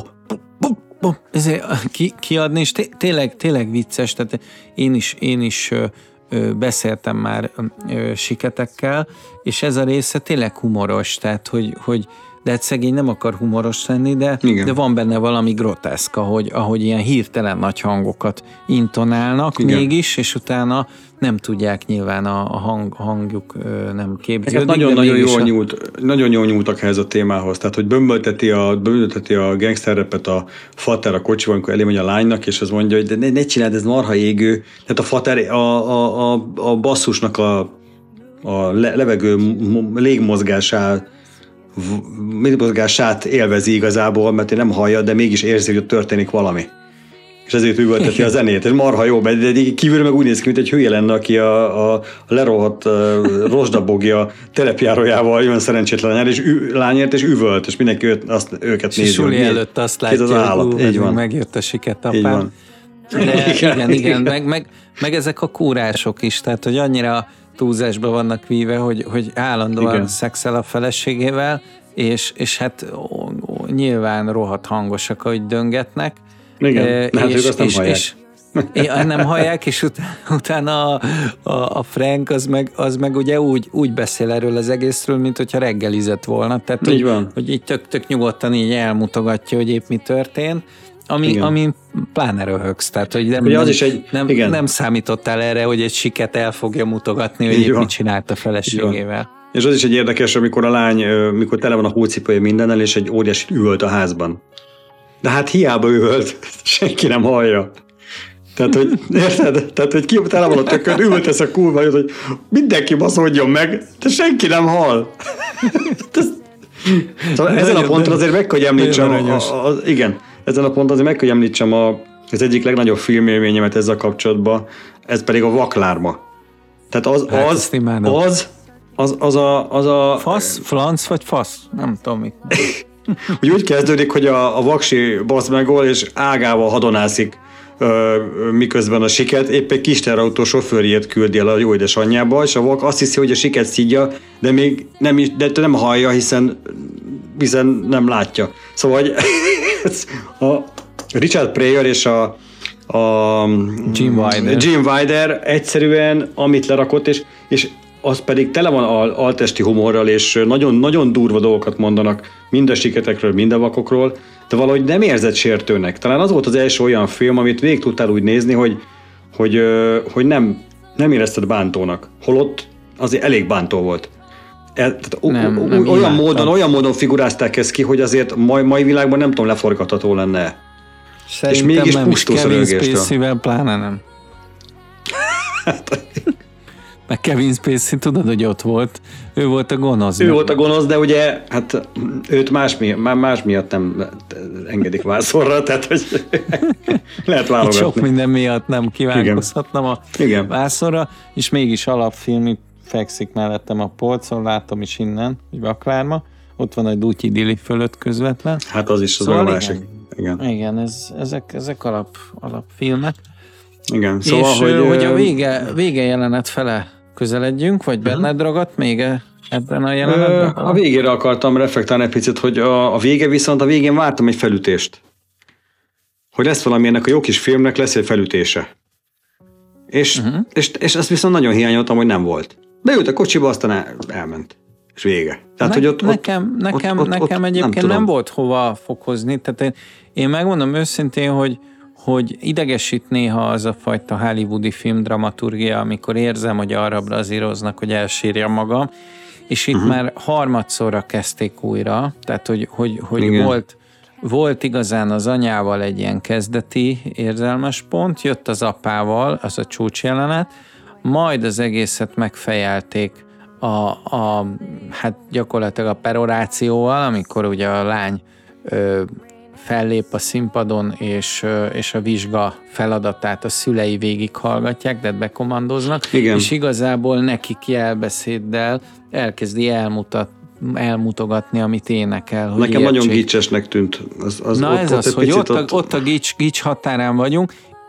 kiadni, és tényleg vicces, tehát én is beszéltem már siketekkel, és ez a része tényleg humoros, tehát hogy de hát szegény nem akar humoros lenni, de van benne valami groteszk, ahogy ilyen hirtelen nagy hangokat intonálnak mégis, és utána nem tudják nyilván a hangjuk nem képződik. Nagyon jól nyúltak ehhez a témához, tehát hogy bömbölteti a gangsterrepet a fater a kocsival, amikor elé megy a lánynak, és az mondja, hogy de ne csináld, ez marha égő. Tehát a fater a basszusnak a levegő légmozgását élvezi igazából, mert ő nem hallja, de mégis érzi, hogy ott történik valami. És ezért üvölteti a zenét, és marha jó, mert kívül meg úgy néz ki, mint egy hülye lenne, aki a lerohadt rozsdabogja telepjárójával jön szerencsétlen lányért, és üvölt, és mindenki őket nézi. Suli előtt azt látja, hogy megjött a siketapán. Igen, meg ezek a kúrások is, tehát hogy annyira túlzásba vannak víve, hogy állandóan szexel a feleségével, és hát nyilván rohadt hangosak, ahogy döngetnek. Igen, hát ők azt nem hallják. Nem hallják, és utána a Frank az meg ugye úgy beszél erről az egészről, mint hogyha reggelizett volna. Tehát, hogy így tök nyugodtan így elmutogatja, hogy épp mi történt. Ami pláne röhögsz, tehát hogy nem számítottál erre, hogy egy siket el fogja mutogatni, hogy épp mit csinált a feleségével. És az is egy érdekes, amikor a lány, mikor tele van a hócipője mindennel, és egy óriási üvölt a házban. De hát hiába üvölt, senki nem hallja. Tehát, hogy érted? Tehát, hogy ki tele van a tököd, üvöltesz a kurva, hogy mindenki baszódjon meg, de senki nem hall. Szóval ezen a ponton azért meg kell, hogy említsem, ezen a ponton azért meg kell, hogy említsem az egyik legnagyobb filmélményemet ezzel kapcsolatban, ez pedig a Vaklárma. Tehát az a... Fasz, flanc vagy fasz? Nem tudom mi. Úgy kezdődik, hogy a vaksi basz megol, és ágával hadonászik, miközben a siket épp egy kis terautó sofőrjét küldi el a jó édesanyjába, és a vak azt hiszi, hogy a siket szidja, de még nem hallja, hiszen nem látja. Szóval a Richard Pryor és a Jim Wilder egyszerűen amit lerakott, és az pedig tele van altesti humorral, és nagyon durva dolgokat mondanak mind a siketekről, mind a vakokról, de valahogy nem érzett sértőnek. Talán az volt az első olyan film, amit végig tudtál úgy nézni, hogy nem érezted bántónak. Holott azért elég bántó volt. Olyan módon figurázták ezt ki, hogy azért mai világban nem tudom, leforgatható lenne. Szerintem és mégis pusztulsz a rögéstől. Kevin Spacey-vel pláne nem. Meg Kevin Spacey, tudod, hogy ott volt. Ő volt a gonosz. Ő volt a gonosz, de ugye hát őt más miatt nem engedik vászorra, tehát hogy lehet válogatni. Sok minden miatt nem kívánkozhatnam a vászorra, és mégis alapfilm fekszik mellettem a polcon, látom is innen, hogy Vaklárma. Ott van egy Dutyi Dili fölött közvetlen. Hát az is az szóval a másik. Igen, ezek alapfilmek. Igen, szóval, és hogy a vége jelenet fele közeledjünk, vagy benned ragadt még ebben a jelenetben? A végére akartam reflektálni egy picit, hogy a vége viszont a végén vártam egy felütést. Hogy lesz valami, ennek a jó kis filmnek lesz egy felütése. És ezt viszont nagyon hiányoltam, hogy nem volt. Beült a kocsiba, aztán elment. És vége. Tehát, hogy ott nekem egyébként nem volt hova fokozni. Tehát én megmondom őszintén, hogy idegesít néha az a fajta hollywoodi film dramaturgia, amikor érzem, hogy arra brazíroznak, hogy elsírjam magam, és itt már harmadszorra kezdték újra, tehát hogy volt igazán az anyával egy ilyen kezdeti érzelmes pont, jött az apával, az a csúcsjelenet, majd az egészet megfejelték hát gyakorlatilag a perorációval, amikor ugye a lány fellép a színpadon, és a vizsga feladatát a szülei végighallgatják, de bekommandoznak, és igazából nekik jelbeszéddel elkezdi elmutogatni, amit énekel. Hogy nekem nagyon gicsesnek tűnt. Hogy ott a gics határán vagyunk,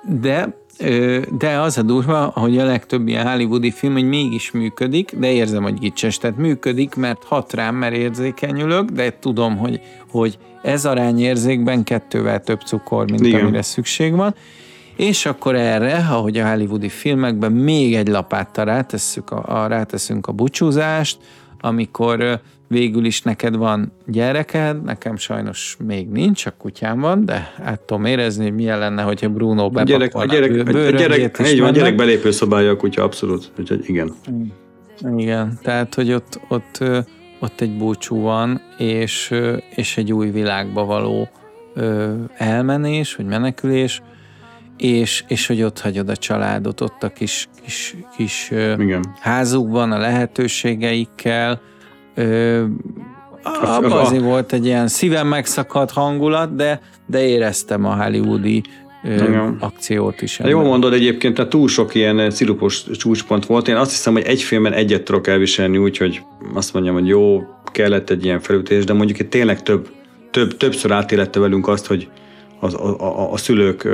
de az a durva, hogy a legtöbb ilyen hollywoodi film, hogy mégis működik, de érzem, hogy gicses. Tehát működik, mert hat rám, mert érzékenyülök, de tudom, hogy ez arányérzékben 2-vel több cukor, mint amire szükség van. És akkor erre, ahogy a hollywoodi filmekben még egy lapáttal ráteszünk a búcsúzást, amikor végül is neked van gyereked, nekem sajnos még nincs, a kutyám van, de át tudom érezni, hogy milyen lenne, hogyha Bruno bepakolná a gyerek belépő szobája a kutya, abszolút. Úgyhogy igen. Igen, tehát, hogy ott egy búcsú van, és egy új világba való elmenés, vagy menekülés, és hogy ott hagyod a családot, ott a kis házukban, a lehetőségeikkel. Abban azért volt egy ilyen szívem megszakadt hangulat, de éreztem a hollywoodi akciót is. Jól mondod egyébként, tehát túl sok ilyen szirupos csúcspont volt. Én azt hiszem, hogy egy filmben egyet tudok elviselni, úgyhogy azt mondjam, hogy jó, kellett egy ilyen felütés, de mondjuk itt tényleg többször átélette velünk azt, hogy a szülők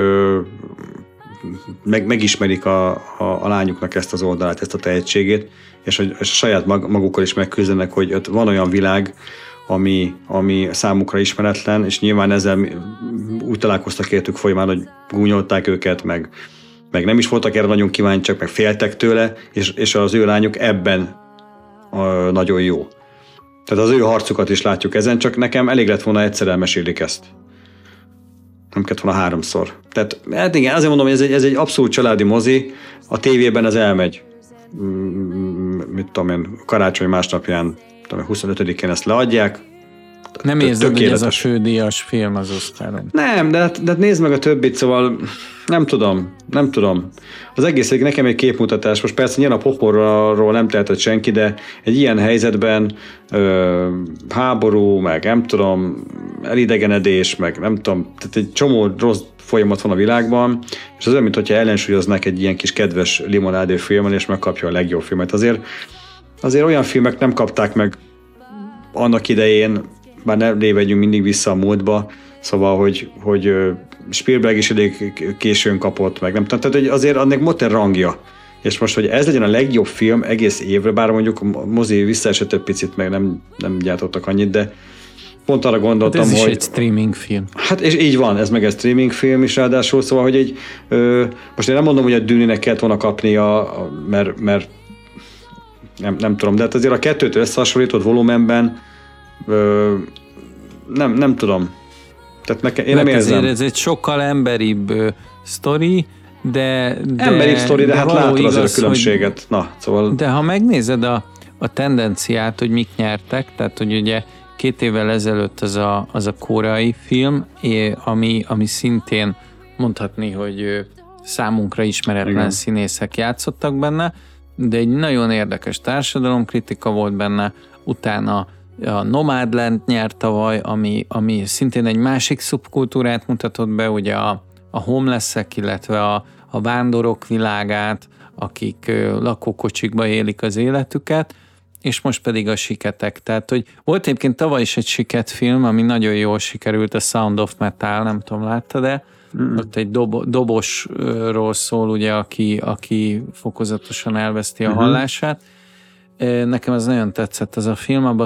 megismerik a lányuknak ezt az oldalát, ezt a tehetségét, és a saját magukkal is megküzdenek, hogy ott van olyan világ, ami számukra ismeretlen, és nyilván ezzel úgy találkoztak értük folyamán, hogy gúnyolták őket, meg nem is voltak erre nagyon kíváncsiak, meg féltek tőle, és az ő lányuk ebben nagyon jó. Tehát az ő harcukat is látjuk ezen, csak nekem elég lett volna egyszer elmesélik ezt. Nem kellett volna 3-szor. Tehát hát igen, azért mondom, hogy ez egy abszolút családi mozi, a tévében ez elmegy. Mit tudom én, karácsony másnapján, 25-én ezt leadják. Nem érzed, hogy ez a fődíjas film az Oscaron? Nem, de nézd meg a többit, szóval nem tudom. Az egész nekem egy képmutatás. Most persze nyilván a poporról nem tehetett senki, de egy ilyen helyzetben háború, meg nem tudom, elidegenedés, meg nem tudom, tehát egy csomó rossz folyamat van a világban, és az olyan, mintha ellensúlyoznak egy ilyen kis kedves limonádé filmen, és megkapja a legjobb filmet. Azért olyan filmek nem kapták meg annak idején, bár ne lévegyünk mindig vissza a múltba, szóval, hogy Spielberg is elég későn kapott, meg nem tudom, tehát hogy azért annak volt egy rangja. És most, hogy ez legyen a legjobb film egész évre, bár mondjuk a mozi visszaesett egy picit, meg nem gyártottak annyit, de pont arra gondoltam, hát ez hogy... is egy streaming film. Hát és így van, ez meg egy streaming film is ráadásul, szóval, hogy most én nem mondom, hogy a Dűnének kellett volna kapnia, mert nem tudom, de hát azért a kettőt összehasonlított volumenben nem tudom. Tehát én nem érzem. Ez egy sokkal emberibb sztori, de emberibb sztori, de hát látod azért a különbséget. Szóval... De ha megnézed a tendenciát, hogy mik nyertek, tehát hogy ugye 2 évvel ezelőtt az a koreai film, ami szintén mondhatni, hogy számunkra ismeretlen színészek játszottak benne, de egy nagyon érdekes társadalomkritika volt benne, utána a Nomadland nyert tavaly, ami szintén egy másik szubkultúrát mutatott be, ugye a homelessek, illetve a vándorok világát, akik lakókocsikba élik az életüket, és most pedig a siketek. Tehát, hogy volt egyébként tavaly is egy siket film, ami nagyon jól sikerült, a Sound of Metal, nem tudom, láttad-e? Ott egy dobosról szól, ugye, aki fokozatosan elveszti a hallását. Nekem ez nagyon tetszett ez a film, abban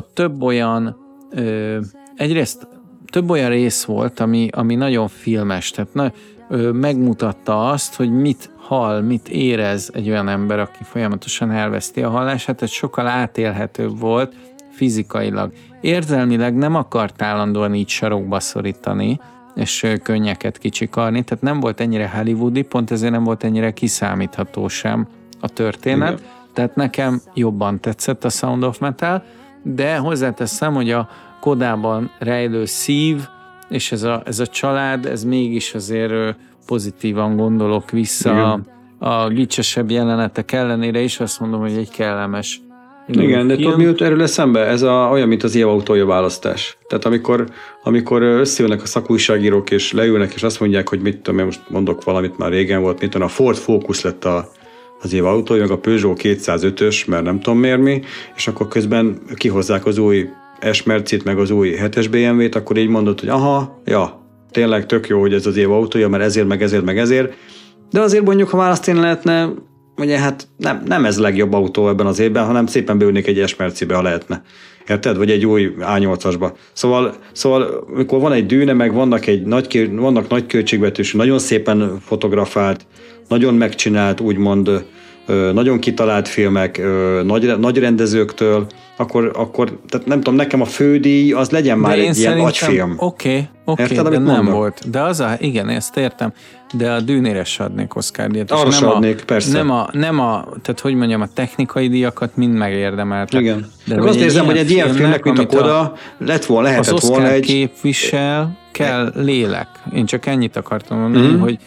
egyrészt több olyan rész volt, ami nagyon filmes, tehát megmutatta azt, hogy mit hall, mit érez egy olyan ember, aki folyamatosan elveszti a hallását, tehát sokkal átélhetőbb volt fizikailag. Érzelmileg nem akart állandóan így sarokba szorítani, és könnyeket kicsikarni, tehát nem volt ennyire hollywoodi, pont ezért nem volt ennyire kiszámítható sem a történet. Igen. Tehát nekem jobban tetszett a Sound of Metal, de hozzáteszem, hogy a Kodában rejlő szív, és ez a család, ez mégis azért pozitívan gondolok vissza a gicsesebb jelenetek ellenére is, azt mondom, hogy egy kellemes igen, de tudod, mi jut erről eszembe? Ez olyan, mint az évautója választás. Tehát amikor összejönnek a szakújságírók, és leülnek, és azt mondják, hogy mit tudom, én most mondok valamit, már régen volt, mint a Ford Focus lett az év autója, meg a Peugeot 205-ös, mert nem tudom miért mi, és akkor közben kihozzák az új S-Mercit, meg az új 7-es BMW-t, akkor így mondod, hogy tényleg tök jó, hogy ez az év autója, mert ezért, meg ezért. De azért mondjuk, ha választani lehetne, ugye hát nem ez a legjobb autó ebben az évben, hanem szépen beülnék egy S-Mercibe, ha lehetne. Érted? Vagy egy új A8-asba. Szóval amikor van egy Dűne, meg vannak nagy költségvetésű, nagyon szépen fotografált, nagyon megcsinált, úgymond nagyon kitalált filmek, nagy rendezőktől, akkor tehát nem tudom, nekem a fődíj az legyen már egy ilyen agyfilm. Oké, de nem volt. De igen, ezt értem, de a Dűnére se adnék Oscar-díjat. Arra se adnék, persze. Tehát hogy mondjam, a technikai díjakat mind megérdemeltek. Igen. De azt érzem, hogy egy ilyen filmnek, mint a Koda, lehetett volna egy... Az Oscar képvisel, kell lélek. Én csak ennyit akartam mondani,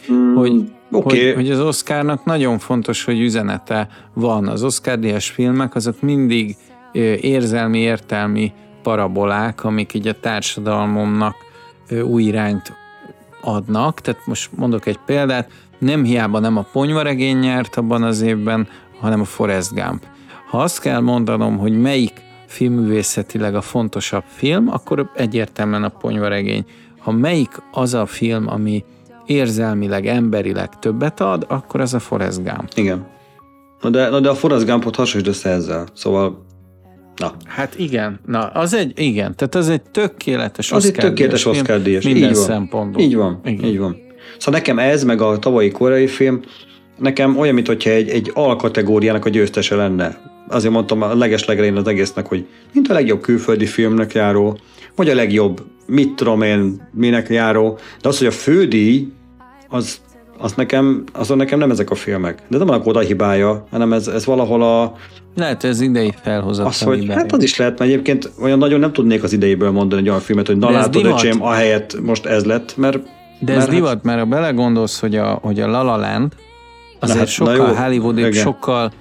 hogy az Oscarnak nagyon fontos, hogy üzenete van. Az Oscar-díjas filmek, azok mindig érzelmi, értelmi parabolák, amik így a társadalmomnak új irányt adnak. Tehát most mondok egy példát, nem hiába nem a Ponyvaregény nyert abban az évben, hanem a Forrest Gump. Ha azt kell mondanom, hogy melyik filmművészetileg a fontosabb film, akkor egyértelműen a Ponyvaregény. Ha melyik az a film, ami érzelmileg, emberileg többet ad, akkor az a Forrest Gump. Igen. Na de a Forrest Gumpot hasonlít össze ezzel. Szóval na. Hát igen, tehát az egy tökéletes Oscar-díjas. Az egy tökéletes Oscar-díjas. Minden szempontból. Így van. Szóval nekem ez, meg a tavalyi koreai film, nekem olyan, mintha egy alkategóriának a győztese lenne. Azért mondtam a legeslegelején az egésznek, hogy mint a legjobb külföldi filmnek járó, vagy a legjobb, mit tudom én, minek járó, de az, hogy a fődíj, azon nekem nem ezek a filmek. De nem a Koda hibája, hanem ez valahol a... Lehet, ez idei felhozatal hibája. Hát az is lehet, mert egyébként olyan nagyon nem tudnék az idejéből mondani egy olyan filmet, hogy na látod, öcsém, ahelyett most ez lett, mert... De ez divat, mert ha belegondolsz, hogy a La La Land azért sokkal hollywoodi, sokkal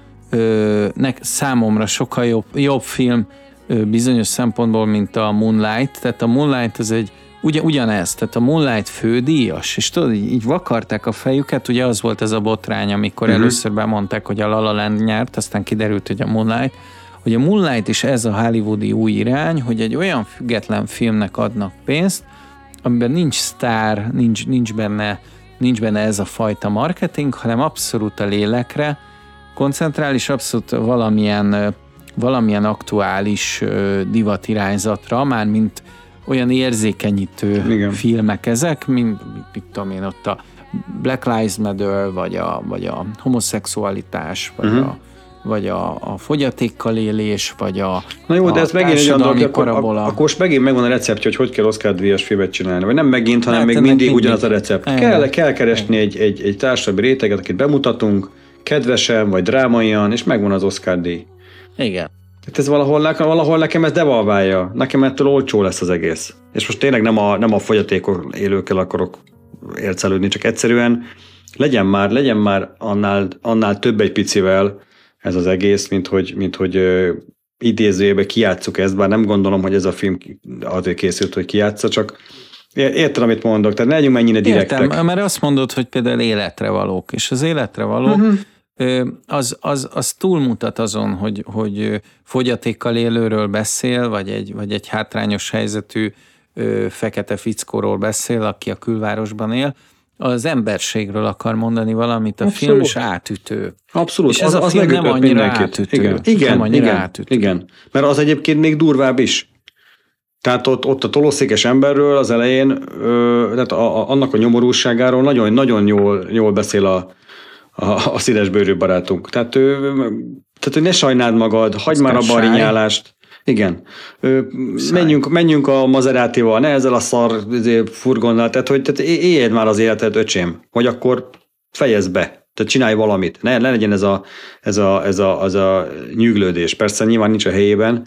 számomra sokkal jobb film bizonyos szempontból, mint a Moonlight. Tehát a Moonlight az egy ugyanez, tehát a Moonlight fődíjas, és tudod, így vakarták a fejüket, ugye az volt ez a botrány, amikor először bemondták, hogy a La La Land nyert, aztán kiderült, hogy a Moonlight is ez a hollywoodi új irány, hogy egy olyan független filmnek adnak pénzt, amiben nincs sztár, nincs benne ez a fajta marketing, hanem abszolút a lélekre koncentrál, és abszolút valamilyen aktuális divatirányzatra, mármint olyan érzékenyítő filmek ezek, mint mit tudom én, ott a Black Lives Matter, vagy a homoszexualitás, vagy a fogyatékkal élés, vagy a na jó, de ez megint egy olyan dolog, parabola. Akkor meg megvan a receptje, hogy kell Oscar-díjas filmet csinálni. Vagy nem megint, hanem még mindig ugyanaz a recept. Kell keresni egy társadalmi réteget, akit bemutatunk, kedvesen, vagy drámaian, és megvan az Oscar-díj. Igen. Ez valahol nekem ez devalválja. Nekem ettől olcsó lesz az egész. És most tényleg nem a fogyatékos élőkkel akarok ércelődni, csak egyszerűen legyen már annál több egy picivel ez az egész, mint hogy idézőjében kijátsszuk ezt, bár nem gondolom, hogy ez a film azért készült, hogy kijátsza, csak érted, amit mondok, tehát ne legyünk mennyire direktek. Értem, mert azt mondod, hogy például életre valók, és az életre valók, az túlmutat azon, hogy fogyatékkal élőről beszél, vagy egy hátrányos helyzetű fekete fickóról beszél, aki a külvárosban él, az emberségről akar mondani valamit a film, és átütő. Abszolút, és ez a film nem annyira átütő. Igen. Mert az egyébként még durvább is. Tehát ott a tolószékes emberről az elején, tehát annak a nyomorúságáról nagyon jól beszél a színesbőrű barátunk. Tehát hogy ne sajnáld magad, hagyd már abba a rinyálást. Igen. Menjünk a Maseratival, ne ezzel a szar furgonnal, tehát éljed már az életed, öcsém, hogy akkor fejezd be, tehát csinálj valamit. Ne legyen ez a nyűglődés. Persze nyilván nincs a helyében,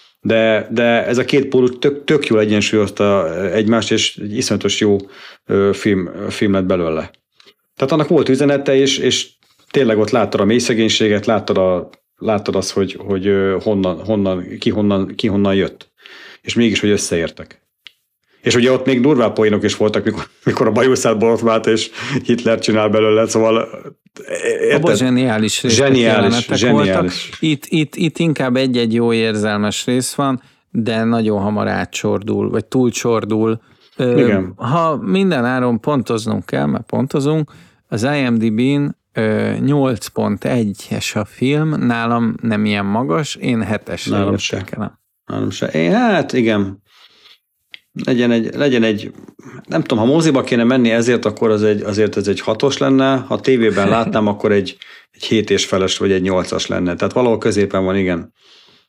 de ez a két pólus tök jól egyensúlyozta egymást, és egy iszonyatos jó film lett belőle. Tehát annak volt üzenete, és tényleg ott láttad a mély szegénységet, láttad azt, hogy ki honnan jött. És mégis, hogy összeértek. És ugye ott még durvább poénok is voltak, mikor a bajuszát borotvált, és Hitler csinál belőle, szóval... Abban zseniális voltak. Itt inkább egy jó érzelmes rész van, de nagyon hamar átcsordul, vagy túlcsordul. Igen. Ha minden áron pontoznunk kell, mert pontozunk, az IMDb-n 8.1-es a film, nálam nem ilyen magas, én 7-esre értékelem. Nálam se. Hát igen. Legyen egy, nem tudom, ha moziba kéne menni ezért, akkor azért ez egy 6-os lenne, ha tévében látnám, akkor egy 7 és feles vagy egy 8-as lenne. Tehát valahol középen van, igen.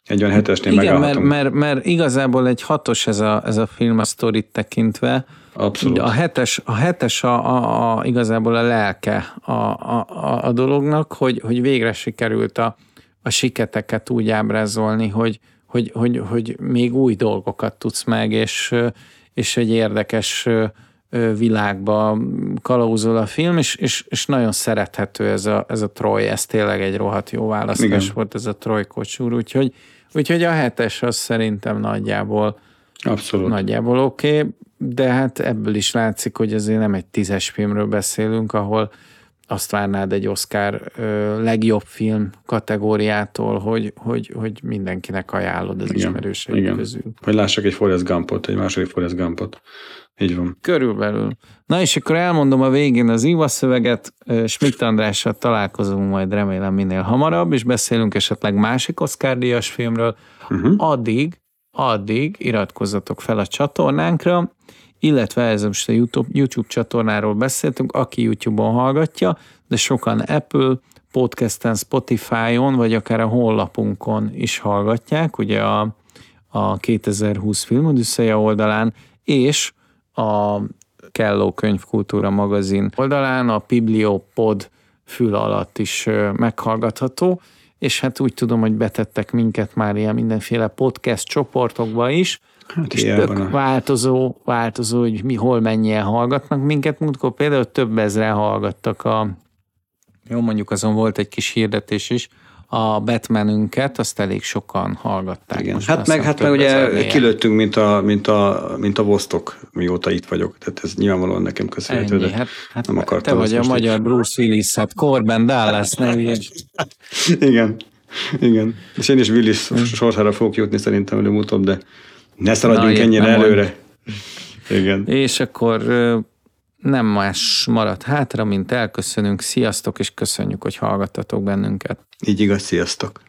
Egy olyan 7-esnél igen, megállhatunk. mert igazából egy 6-os ez a film a sztorit tekintve. Abszolút. A hetes igazából a lelke a dolognak, hogy végre sikerült a siketeket úgy ábrázolni, hogy még új dolgokat tudsz meg, és egy érdekes világba kalauzol a film, és nagyon szerethető ez a Troy, ez tényleg egy rohadt jó választás Igen. volt, ez a Troy Kocsúr, úgyhogy a 7-es az szerintem nagyjából abszolút. Nagyjából oké, de hát ebből is látszik, hogy azért nem egy 10-es filmről beszélünk, ahol azt várnád egy Oscar legjobb film kategóriától, hogy mindenkinek ajánlod az ismerőseid közül. Hogy lássak egy Forrest Gumpot, egy második Forrest Gumpot. Így van. Körülbelül. Na és akkor elmondom a végén az ívaszöveget, Schmidt Andrással találkozunk majd remélem minél hamarabb, és beszélünk esetleg másik Oscar-díjas filmről. Addig iratkozzatok fel a csatornánkra, illetve ez most a YouTube csatornáról beszéltünk, aki YouTube-on hallgatja, de sokan Apple Podcasten, Spotify-on, vagy akár a honlapunkon is hallgatják, ugye a 2020 Filmodüsszeja oldalán, és a Kelló Könyvkultúra magazin oldalán, a Bibliopod fül alatt is meghallgatható, és hát úgy tudom, hogy betettek minket már ilyen mindenféle podcast csoportokba is, hát és tök változó, hogy hol mennyien hallgatnak minket. Múltkor például több ezren hallgattak jó, mondjuk azon volt egy kis hirdetés is, a Batmanünket, azt elég sokan hallgatták. Igen. Hát meg ugye kilőttünk, mint a Vostok, mióta itt vagyok. Tehát ez nyilvánvalóan nekem köszönhető, de hát nem akartam. Te vagy a magyar Bruce Willis, hát Corbin Dallas, ne Igen. És én is Willis sorsára fogok jutni szerintem előbb-utóbb, de ne szaladjunk ennyire előre. Igen. És akkor nem más marad hátra, mint elköszönünk. Sziasztok, és köszönjük, hogy hallgattatok bennünket. Így igaz, sziasztok.